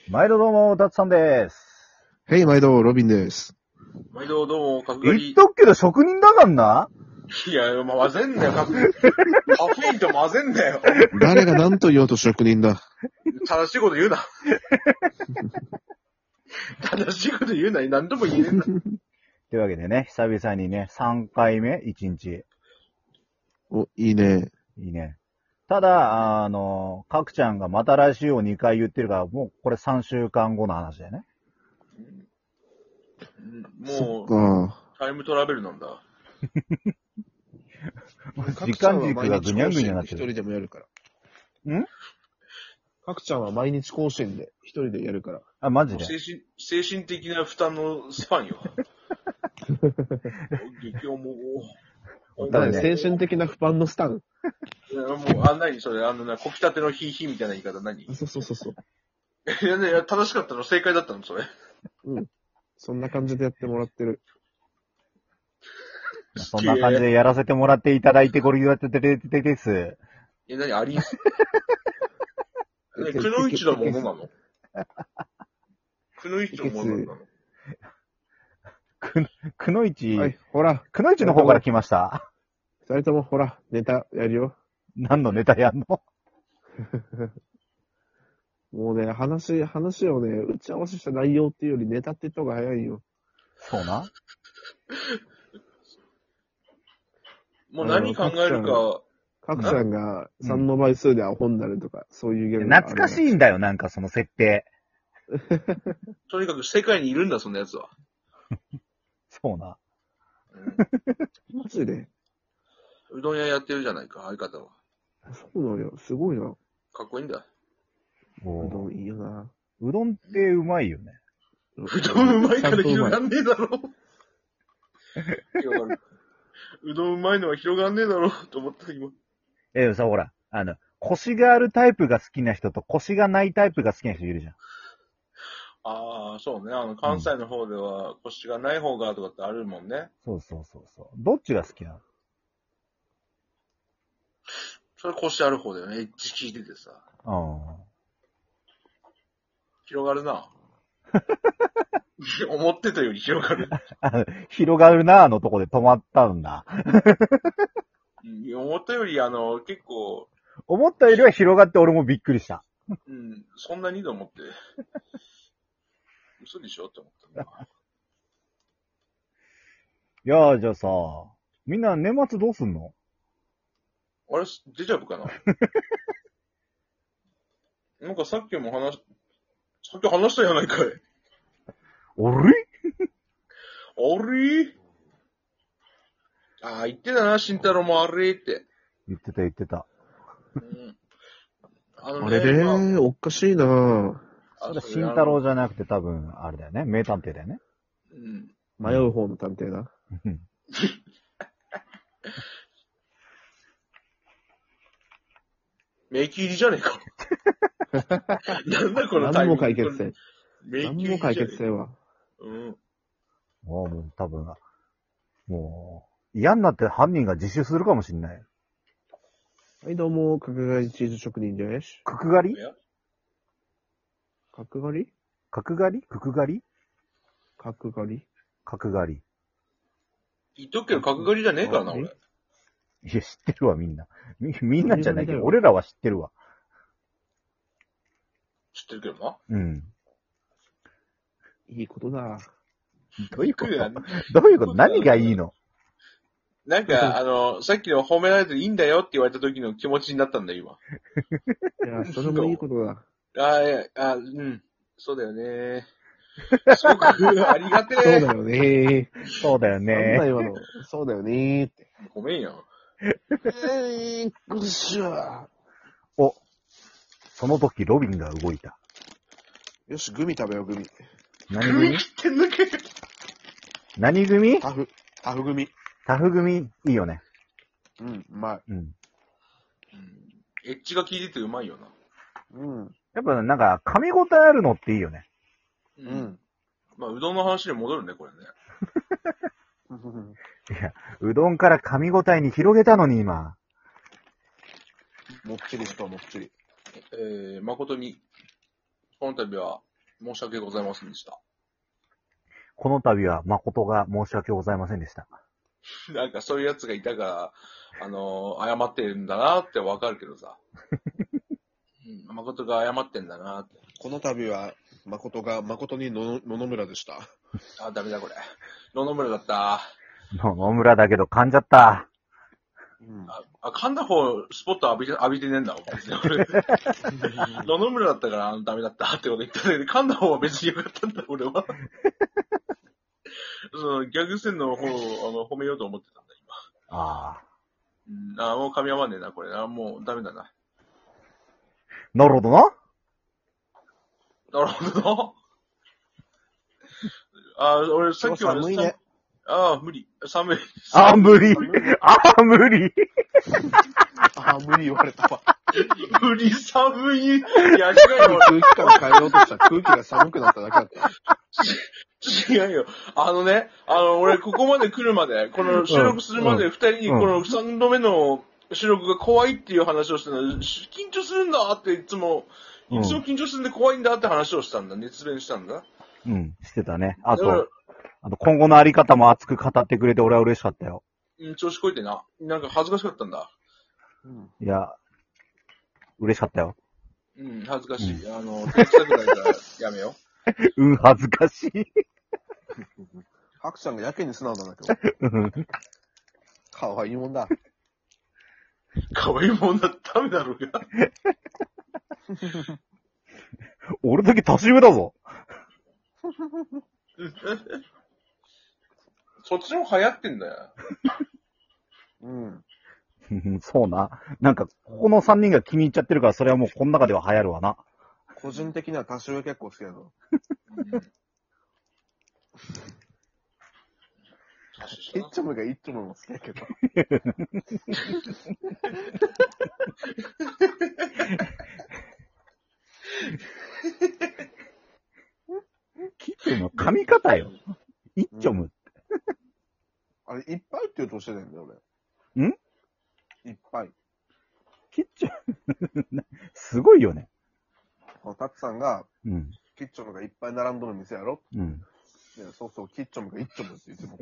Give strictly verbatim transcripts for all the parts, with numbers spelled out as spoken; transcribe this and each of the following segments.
毎度どうも、たつさんです。 へい、毎度、ロビンです。 毎度どうも、角刈り。 言っとくけど職人だかんな。 いや、まあ、混ぜんなよ、カフェインと混ぜんなよ。 誰が何と言おうと職人だ。 正しいこと言うな。正しいこと言うな、何とも言えねえんだ。 というわけでね、久々にね、さんかいめ ?いち 日。 お、いいね。 いいね。ただ、あの、かくちゃんがまた来週をにかい言ってるから、もうこれさんしゅうかんごの話だよね。 もう、 かタイムトラベルなんだ。 時間軸がぐにゃぐにゃなってる。 一人でもやるから。 んかくちゃんは毎日甲子園で一人でやるから。 あ、マジで精神、精神的な負担のスパンよ。激重もう。 だね、精神的な不安のスタン。 いや、もう、あんなにそれ、あのな、こきたてのヒーヒーみたいな言い方何？ そうそうそうそう。 いやね、正しかったの？正解だったのそれ。 うん。そんな感じでやってもらってる。 そんな感じでやらせてもらっていただいてご利用てててててです。 え、何ありんすね、くのいちのものなの？くのいちのものなの？ く、くのいち、 はい、ほら。 くのいちの方から来ました。 二人ともほら、ネタやるよ。 何のネタやんの？ もうね、話、話をね、打ち合わせした内容っていうよりネタって言った方が早いよ。 そうな。 もう何考えるか。 かくちゃんがさんの倍数でアホになるとか、そういうゲーム懐かしいんだよ、なんかその設定。 とにかく世界にいるんだ、そんな奴は。 そうな。 マジでうどん屋やってるじゃないか、相方は。 そうなのよ。すごいな。 かっこいいんだ。 うどんいいよな。 うどんってうまいよね。 うどんうまいから広がんねえだろ。広がる。うどんうまいのは広がんねえだろ、と思った今。 え、でもさ、ほら、あの、コシがあるタイプが好きな人とコシがないタイプが好きな人いるじゃん。 ああ、そうね。あの、関西の方では、コシがない方がとかってあるもんね。 そうそうそうそう。どっちが好きなの？ それコシある方だよね。エッジ聞いててさ。 ああ。 広がるな。思ってたより広がる。 広がるなーのとこで止まったんだ。 思ったより、あの、結構。 思ったよりは広がって俺もびっくりした。 うん、そんなにと思って。嘘でしょって思ったんだ。 いやー、じゃあさ、みんな年末どうすんの？ あれ、デジャブかななんかさっきも話、さっき話したやないかい。 あれあれああ、言ってたな、慎太郎もあれって。 言ってた言ってた。 うん、あのね、あれれー、おかしいなぁ。 それ慎太郎じゃなくて多分、あれだよね。名探偵だよね。 うん。 迷う方の探偵だ。 迷宮入りじゃねえか。なんだこのタイ何もミング。 解決せん。 迷宮入り何も解決せんわ。 うん。 もう、もう多分、もう、嫌になって犯人が自首するかもしんない。 はい、どうも、角刈りチーズ職人です。 角刈り角刈り角刈り角刈り角刈り角刈り。 言っとくけど角刈りじゃねえからな、俺。 いや、知ってるわ、みんな。み、みんなじゃないけど、 角刈りだよ俺らは知ってるわ。 知ってるけどな。 うん。 いいことだ。 どういうことびっくりだどういうこと何がいいの？ なんか、あの、さっきの褒められていいんだよって言われた時の気持ちになったんだよ、 いや、それもいいことだ。 今。ああ、いや、あうん。そうだよね。すごくありがてえ。 そうだよねそうだよー。なんだね。 今の。そうだよねーって。 ごめんよ。 えー、ぐっしゃお、その時ロビンが動いた。 ー。よし、グミ食べよう、グミ。 何組？ 首切ってんのけ。 何組？ タフ、タフグミ。 タフ組、いいよね。 うん、うまい。 うん。 うん、エッジが効いててうまいよな。 うん。 やっぱなんか、噛み応えあるのっていいよね。 う。 うんん。 まあ、うどんの話に戻るね、これね。 いや、うどんから噛み応えに広げたのに今。 もっちりしともっちり。 えー、誠に、この度は、 申し訳ございませんでした。 この度は誠が申し訳ございませんでした。 なんかそういう奴がいたから、あのー、謝ってるんだなってわかるけどさ。うん、誠が謝ってんだなって。 この度は、誠が誠にの野々村でした。 あ、ダメだこれ。野々村だった。 野々村だけど噛んじゃった。 うん、 あ、あ噛んだ方、スポット浴びて、浴びてねえんだ。別に俺野々村だったからダメだったってこと言ったんだけど、噛んだ方は別によかったんだ、俺は。そのギャグ線の方をあの褒めようと思ってたんだ、今。 ああ。 うん、あ、もう噛み合わねえな、これ。あ、もうダメだな。 なるほどな。 なるほどな。あ、俺さっきは寒いね。 ああ、無理。寒い。 あ、無理。あ、無理。 あ、無理言われたわ。 無理、寒い。いや、違うよ。 空気感変えようとしたら空気が寒くなっただけだった。 違うよ。あのね、あの、俺、ここまで来るまで、この収録するまで、二人にこの三度目の収録が怖いっていう話をしてたの、緊張するんだっていつも、いつも緊張するんで怖いんだって話をしたんだ。熱弁したんだ。 うん、してたね。あと、あと今後のあり方も熱く語ってくれて俺は嬉しかったよ。 うん、調子こいてな。なんか恥ずかしかったんだ。 うん、 いや、嬉しかったよ。 うん、恥ずかしい。うん、あの、照れくさくないからやめよう。うん、恥ずかしい。 ハクちゃんがやけに素直なんだけど。かわいいもんだ。 かわいいもんだってダメだろうが。 俺だけ年上だぞ。 そっちの方流行ってんだよ。 うん。 そうな。なんか、ここのさんにんが気に入っちゃってるから、それはもうこの中では流行るわな。 個人的には多種結構好きだぞ。キッチョムがイッチョムも好きだけど。 キッチョムの噛み方よ。イッチョム。うん、 あれ、いっぱいって言うとしてたんだよ、俺。 んいっぱい。 キッチョムすごいよね。 タツさんが、 うん、 キッチョムがいっぱい並んどる店やろ、 うん、 いやそうそう、キッチョムがイッチョムって言っても。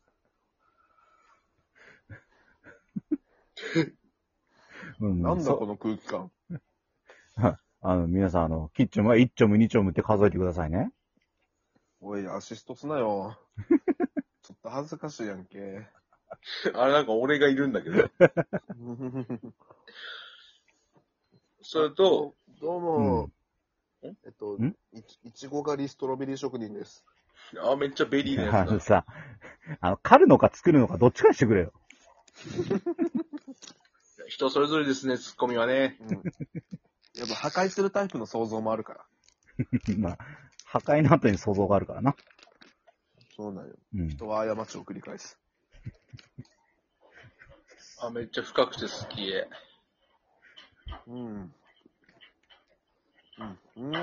うん、なんだこの空気感。 あの、皆さん、あの、キッチョムはいちチョム、にチョムって数えてくださいね。 おい、アシストすなよ。ちょっと恥ずかしいやんけ。 あれなんか俺がいるんだけど。それと、 どうも、 うん、 えっと、い, いちご狩りストロベリー職人です。 あ、めっちゃベリーなやつだ。 あのさ、あの、狩るのか作るのかどっちかにしてくれよ。 人それぞれですね、ツッコミはね。 うん、やっぱ破壊するタイプの想像もあるから。 まあ、破壊の後に想像があるからな。 そうなんよ。 うん、 人は過ちを繰り返す。 あ、めっちゃ深くて好き。 うん。うん。うん。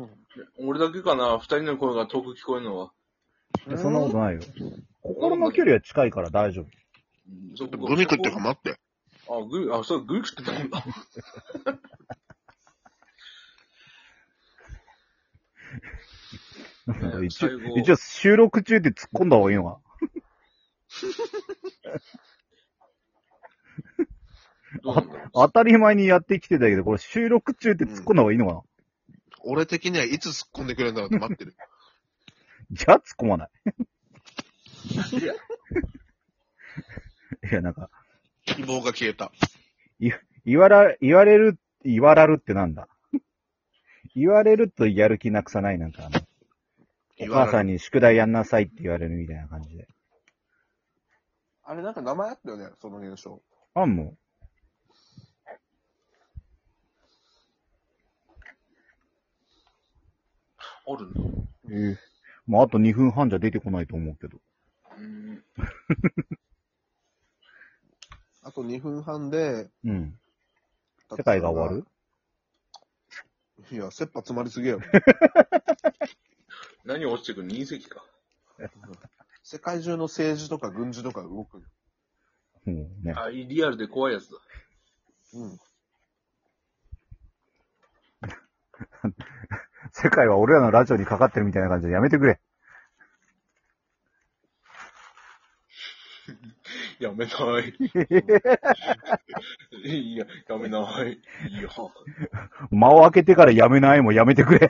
俺だけかな、二人の声が遠く聞こえるのは。 そんなことないよ。心の距離は近いから大丈夫。 ちょっとグミ食ってか待って。 あ、グミ、あ、そう、グミ食ってたんだ。 一応、一応収録中って突っ込んだ方がいいのか当たり前にやってきてたけど、これ収録中って突っ込んだ方がいいのかな、うん、 俺的にはいつ突っ込んでくれるんだろうって待ってる。 じゃあ突っ込まない。いや、いやなんか。 希望が消えた。 い、言わら、言われる、言わらるってなんだ言われるとやる気なくさない、なんかあの。お母さんに宿題やんなさいって言われるみたいな感じで。 あれなんか名前あったよね、その現象。 あんの？ あるんだ。 ええー。まあ、あとにふんはんじゃ出てこないと思うけど。 うーん。 あとにふんはんで、 うん。世界が終わる？ いや、切羽詰まりすぎやろ。 何落ちてくる？隕石か。 世界中の政治とか軍事とか動く。 うんね。 あ、リアルで怖いやつだ。 世世界は俺らのラジオにかかってるみたいな感じでやめてくれ。 やめない。いや、やめない。いや。 間を開けてからやめないもやめてくれ。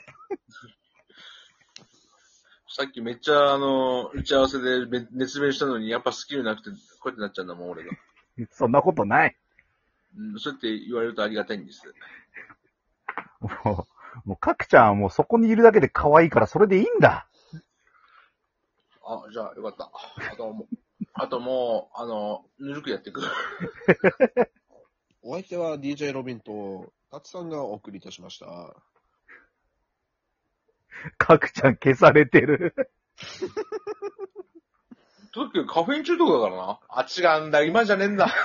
さっきめっちゃ、あの、打ち合わせで熱弁したのに、やっぱスキルなくて、こうやってなっちゃうんだもん、俺が。 そんなことない。 うん、そうやって言われるとありがたいんです。 もう、もう、かくちゃんはもうそこにいるだけで可愛いからそれでいいんだ。 あ、じゃあ、よかった。あともう、あともう、あの、ぬるくやっていく。 お相手は ディージェー ロビンと、タツさんがお送りいたしました。 かくちゃん消されてる。 だってカフェイン中毒だからな。あ、違うんだ。今じゃねえんだ。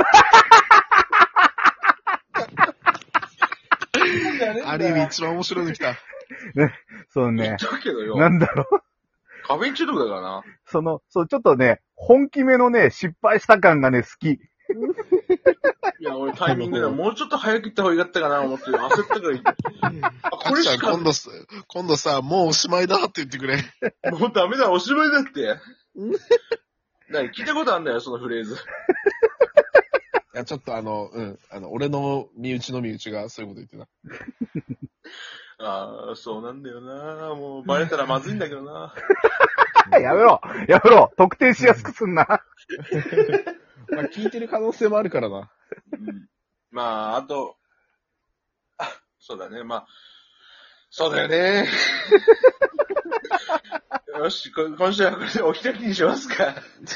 ある意味一番面白いの来た。 ね、そうね。 だけどよ。 なんだろう。 カフェイン中毒だからな。 その、そう、ちょっとね、本気めのね、失敗した感がね、好き。 いや、俺タイミングでもうちょっと早く行った方がよかったかな、思って焦ったから言って。あ、これしか。 今度、今度さ、もうおしまいだって言ってくれ。 もうダメだ、おしまいだって。何聞いたことあんだよ、そのフレーズ。 いや、ちょっとあの、うん、あの、俺の身内の身内がそういうこと言ってた。ああ、そうなんだよな。もうバレたらまずいんだけどな。 やめろやめろ特定しやすくすんな。 まあ、聞いてる可能性もあるからな。 うん、まあ、あと、あ、そうだね、まあ、そうだよね。よし、今週はこれでお一人にしますか。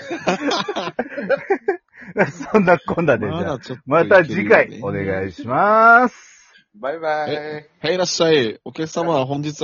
そんなこんなでじゃあ、また次回お願いします。 バイバイ。 へいらっしゃい。お客様は本日は